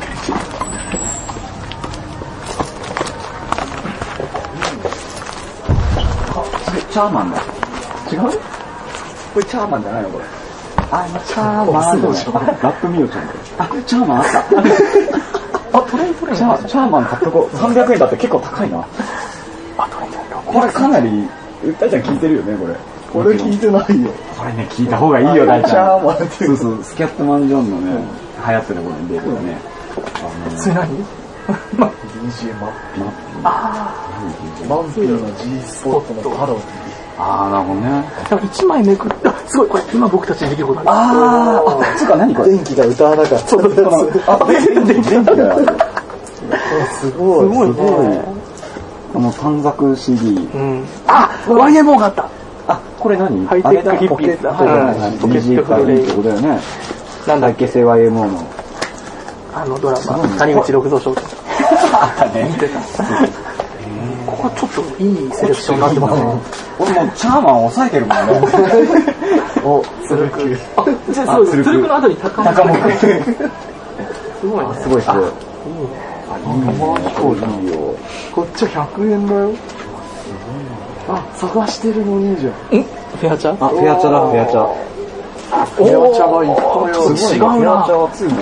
チャーマンだ。違う？これチャーマンじゃないのこれ。チャーマンでしょ。ラップミオちゃんだよ。チャーマンあった。トレイチャーマン買っとこう。300円だって結構高いな。これかなり、大ちゃん聞いてるよね、これ。 これ聞いてないよ。 これね、聞いた方がいいよ、大ちゃん。 チャーマンってそうそう、スキャットマンジョンのね、流行ってるこれ出るよね。 それ何？ DJ マッピー。マンピーの G スポットのパロディ。 なるほどね。 1枚めくって、すごい、これ今僕たちにできることある。 つうか何これ？ 電気が歌わなかった。 電気がある。 すごいね。 短冊 CD。 YMO があった。 これ何？ ハイテックヒッピーだ。 ポケットフレイってことだよね。なんだっけ、世話 YMO の。 ドラマ、谷口六蔵賞。 あったね。見てた。 ここちょっといいセレクションになってますね。 俺もうチャーマン抑えてるもんね。 つるく。つるくの後に高木。すごいね。 すごい。いいね。 いいよ。 こっちは100円だよ。探してるのいいじゃん。 フェア茶？ フェア茶だ、フェア茶。 フェア茶がいっぱいある。 違うな。 フェア茶熱いな。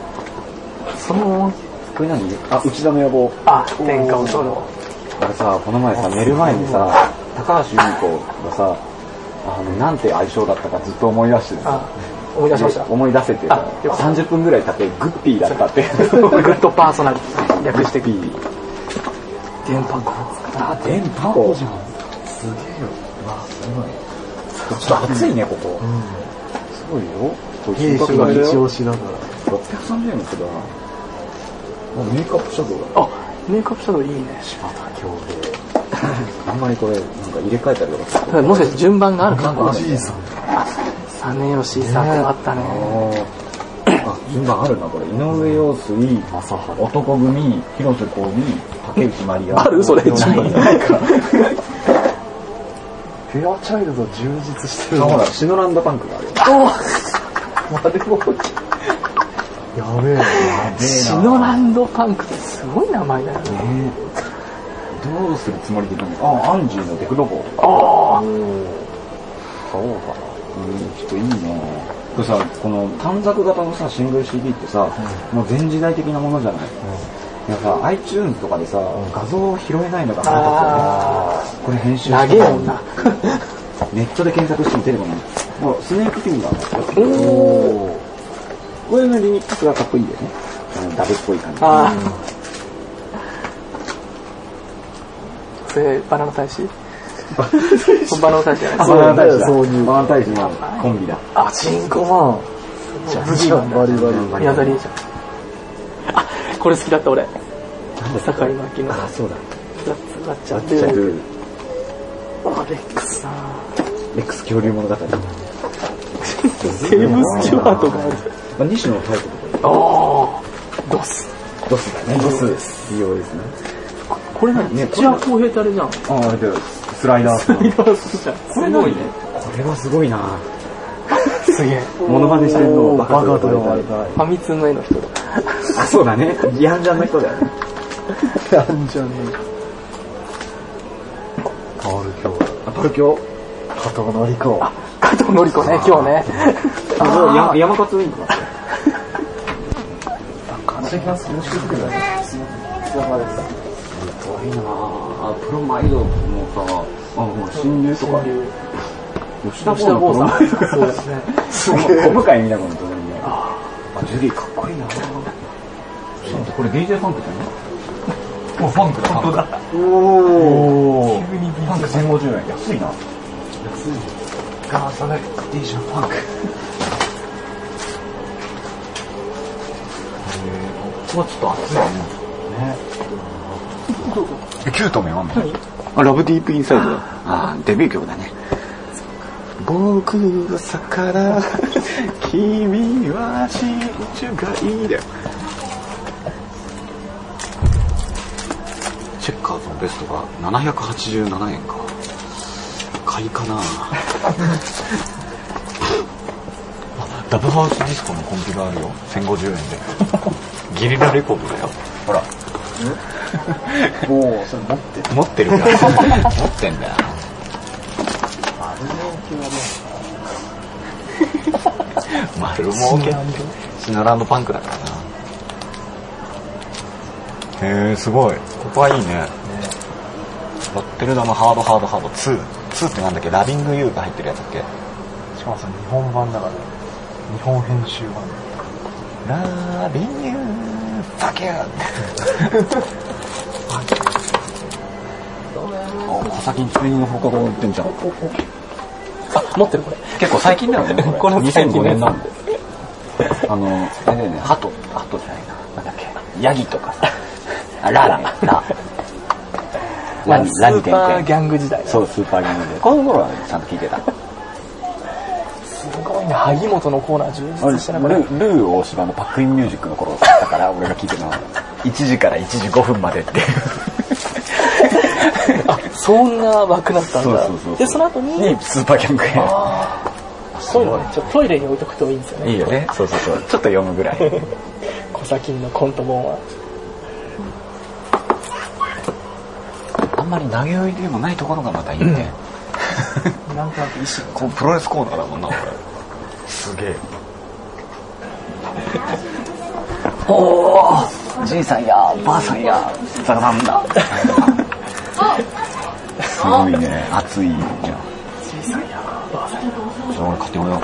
これ何？内田の野望。 天下を取る。 俺さ、この前さ、寝る前にさ、高橋由美子がさ、なんて相性だったかずっと思い出してる。 思い出しました。 思い出せて、30分ぐらい経ってグッピーだったって。 グッドパーソナリティ。略してピー。 電波子。 電波子じゃん。すげえよ。すごい。ちょっと暑いね、ここ。すごいよ。 芸種が一押しだから。 630円の人だな。メイクアップシャドウだ。 メイクアップシャドウいいね。 柴田恭平。あんまりこれ、なんか入れ替えたりとか。 もしかして順番があるかも。 おじいさん。 実吉さんあったね。 順番あるな、これ。井上陽水、男組、広瀬香美、竹内まりや。 あるそれ、順番ないか。 フェアチャイルド充実してる。 ほら、シノランドパンクがあるよ。 やべえな。 シノランドパンクってすごい名前だよね。 どうするつもりでいたの？アンジーのデクロボ。買おうかな。人いいね。これさ、この短冊型のさ、シングル CD ってさ、もう前時代的なものじゃない。なんか iTunes とかでさ、画像を拾えないのが腹立つよね。これ編集して長えもんな。 ネットで検索してみてるもんね。もうスネークフィンガー。これのリミックスがかっこいいよね。ダブっぽい感じ。 それバナナ大使？バナナ大使じゃない。 バナナ大使だ。バナナ大使のコンビだ。 チンコマン。じゃあバリバリ。 宮沢りえちゃん。これ好きだった俺。坂井真紀の。 そうだ。 ガッチャルー。 レックスな。 レックス恐竜物語。 テーブスチュワートがある。 西野太鼓とか。 ドス。 ドスだね。ドスです。いいようですね。 これ何？土屋公平ってあれじゃん。 あれだよ。スライダー。 スライダーするじゃん。 これ何？これはすごいな。 すげえ。 モノマネしてるのバカと呼ばれたい。 ファミ通の絵の人だ。 そうだね。ヤンジャンの人だよね。 ヤンジャンの。パルキョウ。 パルキョウ。 加藤のり子。 加藤のり子ね、今日ね。 山勝ウィンクだって。 風が少しくらい。すごいなぁ。プロマイドもさ、新流とか。吉田剛さん。 そうですね。 すげえ。小深いみたいなことね。ジュリーかっこいいなぁ。これ DJ ファンクじゃない？もうファンクだ。本当だ。急にファンク1050円。安いな。安い。それ DJ ファンク。 こはちょっと熱いね。キュートメンあんの？あ、ラブディープインサイドだ。あ、デビュー曲だね。僕は魚、君は真珠がいいだよ。チェッカーズのベストが787円か。買いかな。ダブハウスディスコのコンピがあるよ。1050円で。ゲリラレコードだよ。ほら。 もうそれ持ってるから。持ってんだよ。丸儲けシナランドパンクだからな。へえ、すごい。ここはいいね。ロッテルダムハード2。2ってなんだっけ？ラビングユーが入ってるやつだっけ？ しかもさ、日本版だから、日本編集版。 ラビンユー、ファキュー小崎に釣りの放課後売ってんじゃん。 あ、持ってるこれ。 結構最近だよね。これ2005年なんで。あれだよね、ハトじゃないな。なんだっけ、ヤギとかさ。ラスーパーギャング時代。 そう、スーパーギャング時代。この頃はちゃんと聞いてた。 すごいね、萩本のコーナー充実してなかった。 ルー大柴のパックインミュージックの頃だったから、俺が聞いてるのは1時から1時5分までっていう。 あ、そんな枠だったんだ。 そう。 で、その後にスーパーギャングや。 そういうのね、ちょっとトイレに置いとくといいんですよね。 いいよね。そう。ちょっと読むぐらい。 小崎のコント本は。 あんまり投げ売りでもないところがまたいいね。 なんとなく意識こうプロレスコーナーだもんな、俺。すげえ。おー、じいさんやばあさんやザラなんだ。すごいね、熱いじゃん。 じいさんやばあさんや。 俺買ってもらおう。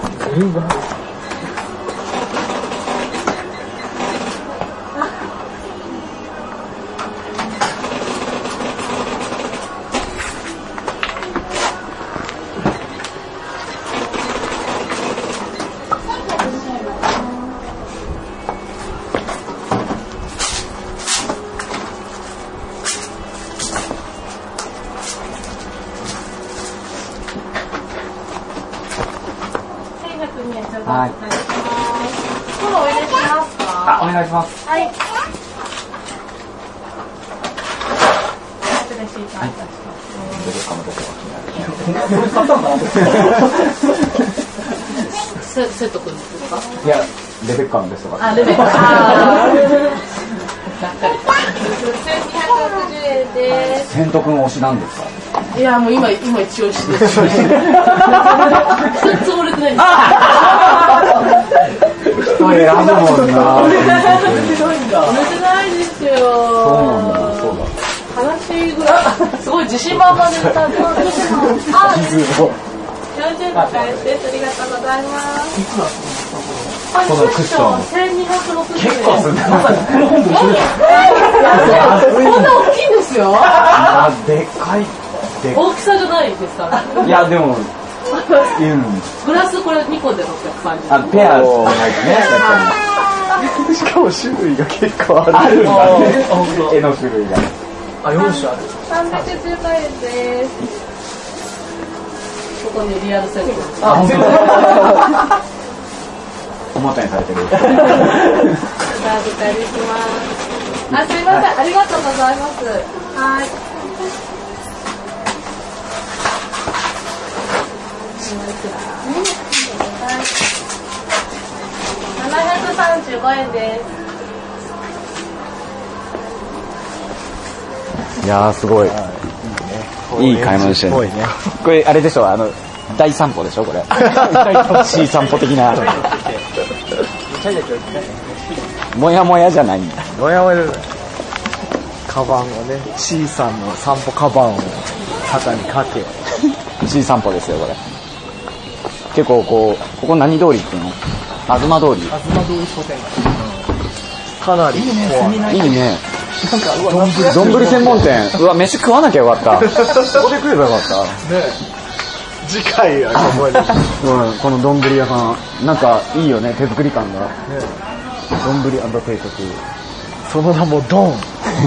はい。フォローお入れしますか？ あ、お願いします。 はい。失礼します。はい。セットくんですか？ いや、レベッカのベストが。 あ、レベッカ。1260円です。 セント君推しなんですか？ いや、もう今一押しですね。一つも売れてないんです。 人選ぶもんな。 売れてないですよ。 そうだ。 悲しいぐらい。すごい自信満々で歌ってます。40円の返しです。ありがとうございます。このクッション1260円。 結構するね。 こんな大きいんですよ。 でっかい。 大きさじゃないですから。 いやでも、 グラスこれ2個で630円。 あ、ペアじゃないとね。 しかも種類が結構あるんだね。 絵の種類が。 あ、4種ある。 315円です。ここにリアルセット。 あ、本当だ。おもちゃにされてる。 お預かりします。あ、すいません。ありがとうございます。はい。735円です。 いやーすごい。いい買い物してる。これあれでしょ、大散歩でしょこれ。C 散歩的な。もやもやじゃないんだ。 もやもやじゃない。カバンをね、C さんの散歩カバンを肩にかけ。 C 散歩ですよこれ。結構ここ何通りっていうの？東通り。 東通り商店街。 かなり。いいね。いいね。丼専門店。うわ、飯食わなきゃよかった。ここで食えばよかった。 ね。次回はここに。 この丼屋さん、なんかいいよね、手作り感が。丼定食。 その名もドン。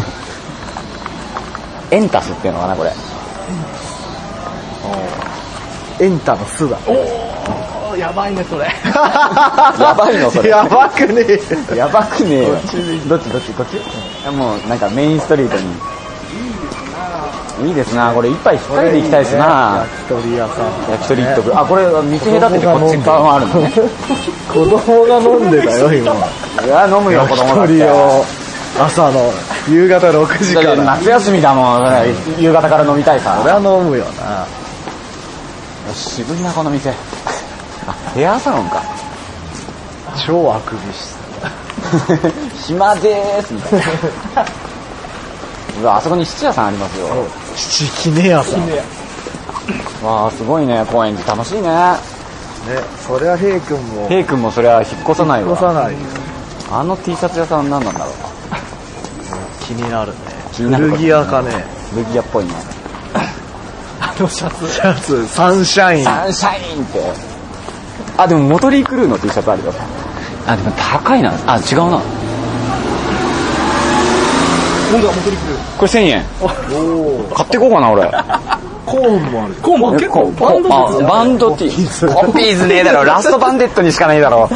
エンタスっていうのかな、これ。 エンタの巣だ。 やばいね、それ。 やばいの、それ。 やばくねえ。 やばくねえよ。どっちこっちもう、なんかメインストリートに。いいですな、これ一杯引っ掛けていきたいですな。 焼き鳥屋さん。 焼き鳥一徳。あ、これ、道隔ててこっち側もあるのね。 子供が飲んでたよ、今。 いや、飲むよ、子供だって。 焼き鳥を朝の夕方6時から。 夏休みだもん、夕方から飲みたいさ。 それは飲むよな。 渋いな、この店。あ、ヘアサロンか。 超あくびして。 暇でーすみたいな。うわ、あそこに質屋さんありますよ。 七杵屋さん。 わあ、すごいね、高円寺楽しいね。 ね、そりゃ平君も。 平君もそりゃ引っ越さないわ。 引っ越さない。 あの T シャツ屋さん何なんだろうな。 気になるね。 古着屋かね。 古着屋っぽいね。 あのシャツ、サンシャイン。 サンシャインって。あ、でもモトリークルーの T シャツあるよ。あ、でも高いな。あ、違うな。 今度はモトリクル。 これ1000円。買ってこうかな、俺。 コーンもある。 コーンも結構バンドあ、バンド T。コピーズねえだろ。ラストバンデットにしかないだろ。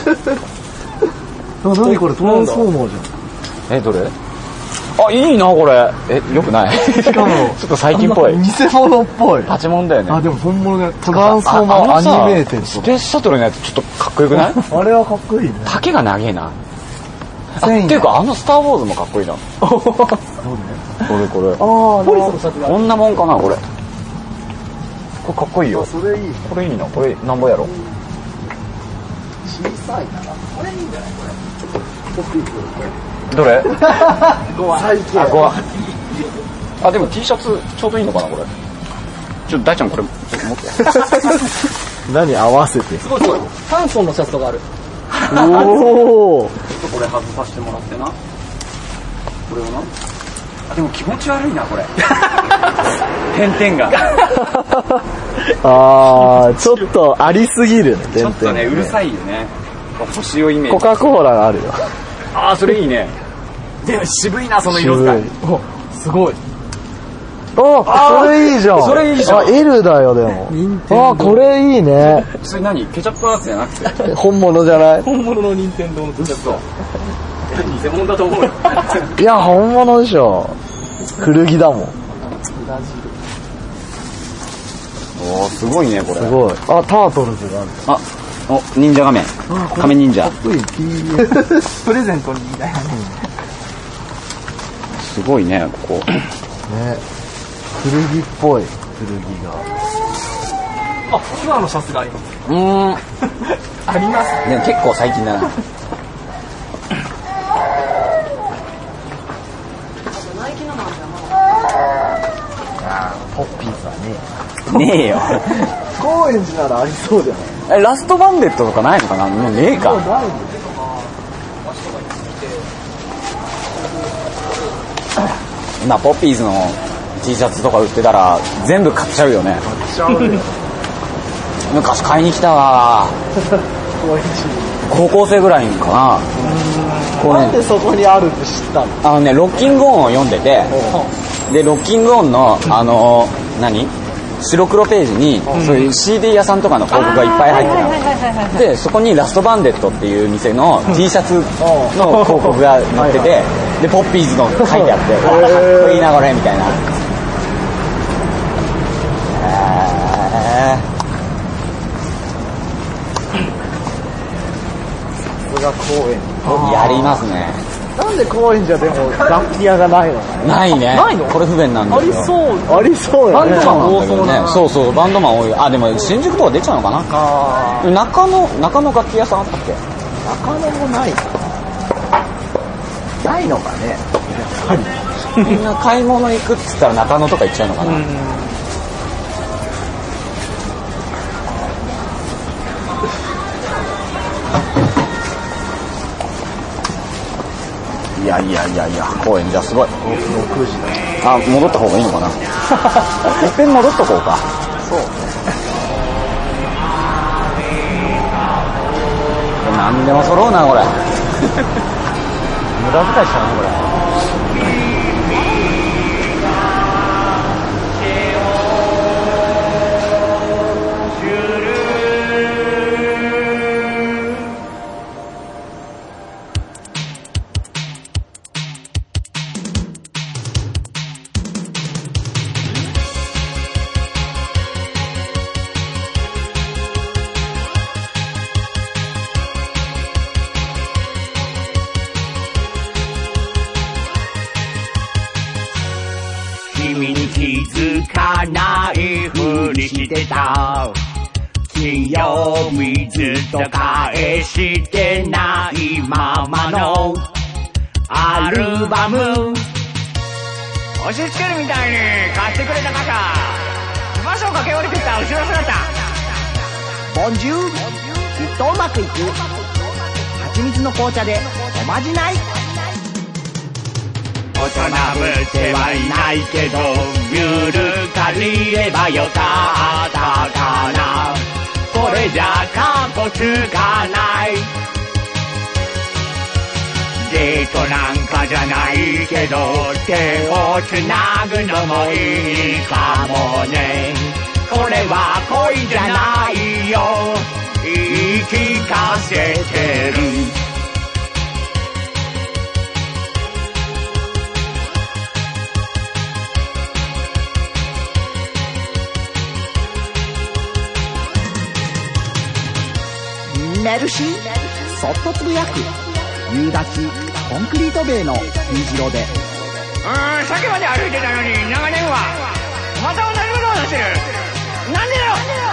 何これ、トランスフォーマーじゃん。 どれ？あ、いいな、これ。よくない？しかも、ちょっと最近っぽい。 偽物っぽい。 パチモンだよね。 あ、でも本物ね。トランスフォーマーアニメーテッド。 スペースシャトルのやつちょっとかっこよくない？ あれはかっこいいね。 丈が長えな。っていうか、スターウォーズもかっこいいな。これ。 ポリスのシャツが。 こんなもんかな、これ。これかっこいいよ。 それいい。 これいいな。これなんぼやろ。 小さいな。これいいんじゃないこれ。 どれ最近。 あ、でも T シャツちょうどいいのかな、これ。ちょっと大ちゃんこれ、ちょっと持って。 何合わせて。 すごい。サンソンのシャツとかある。 おー。 ちょっとこれ外させてもらってな。これをな。あ、でも気持ち悪いな、これ。点々が。 あー、ちょっとありすぎるね、 ちょっとね、うるさいよね。星をイメージ。 コカ・コーラがあるよ。 あー、それいいね。でも渋いな、その色使い。 すごい。 あ、それいいじゃん。 それいいじゃん。 あ、L だよ、でも。あ、これいいね。 それ何？ケチャップアーツじゃなくて。 本物じゃない？ 本物の任天堂の T シャツ。偽物だと思うよ。 いや、本物でしょ。古着だもん。 おー、すごいね、これ。 すごい。あ、タートルズがある。 あ、お、忍者画面。仮面忍者。 かっこいい。 プレゼントにみたいな。 すごいね、ここ。 ね。古着っぽい。古着が。 あ、キュアのシャツがあります。あります。 でも結構最近だな。 ポッピーズはねねえよ。 高円寺ならありそうじゃない？ ラストバンデットとかないのかな？もうねえか。今ポッピーズの T シャツとか売ってたら全部買っちゃうよね。昔買いに来たわ。高校生ぐらいかな。 なんでそこにあるって知ったの？ ロッキングオンを読んでて、でロッキングオンの白黒ページに、そういう CD 屋さんとかの広告がいっぱい入ってた。でそこにラストバンデットっていう店の T シャツの広告が載ってて、でポッピーズの書いてあって、かっこいいなこれみたいな。 さすが高円寺。 やりますね。 なんで高円寺でも楽器屋がないの？ ないね。 ないの？ これ不便なんですよ。 ありそうよね。 バンドマン多そうな。 そうそう、バンドマン多い。あ、でも新宿とか出ちゃうのかな。中野楽器屋さんあったっけ？ 中野もないかな。ないのかね。やっぱり。 みんな買い物行くっつったら中野とか行っちゃうのかな。いや、高円寺すごい。 6時だ。 あ、戻った方がいいのかな。いっぺん戻っとこうか。 そう。 なんでも揃うな、これ。 無駄遣いしたな、これ。 君に気づかないふりしてた。金曜日ずっと返してないままのアルバム。押し付けるみたいに買ってくれた方、場所を駆け下りてった後ろ姿。ボンジュール、きっとうまくいく。蜂蜜の紅茶でおまじない。大人ぶってはいないけど、ゆるかりればよかったかな。これじゃかっこつかない。デートなんかじゃないけど、手をつなぐのもいいかもね。これは恋じゃないよ、言い聞かせてる。メルシー、そっとつぶやく夕立コンクリート塀の虹色で。さっきまで歩いてたのに長年はまた同じことをしてる。なんでだ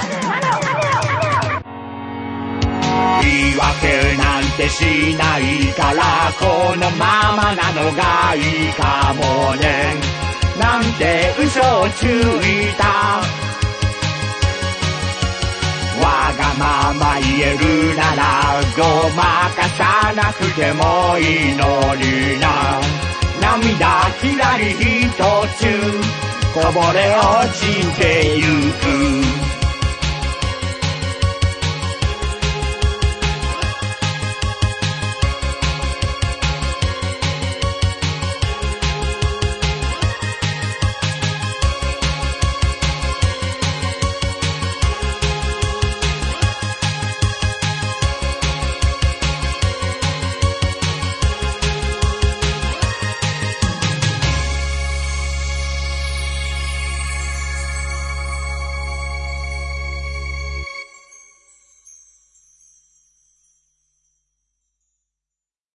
よ。言い訳なんてしないからこのままなのがいいかもね。なんて嘘をついた。わがまま言えるならごまかさなくてもいいのにな。涙きらりひとつこぼれ落ちてゆく。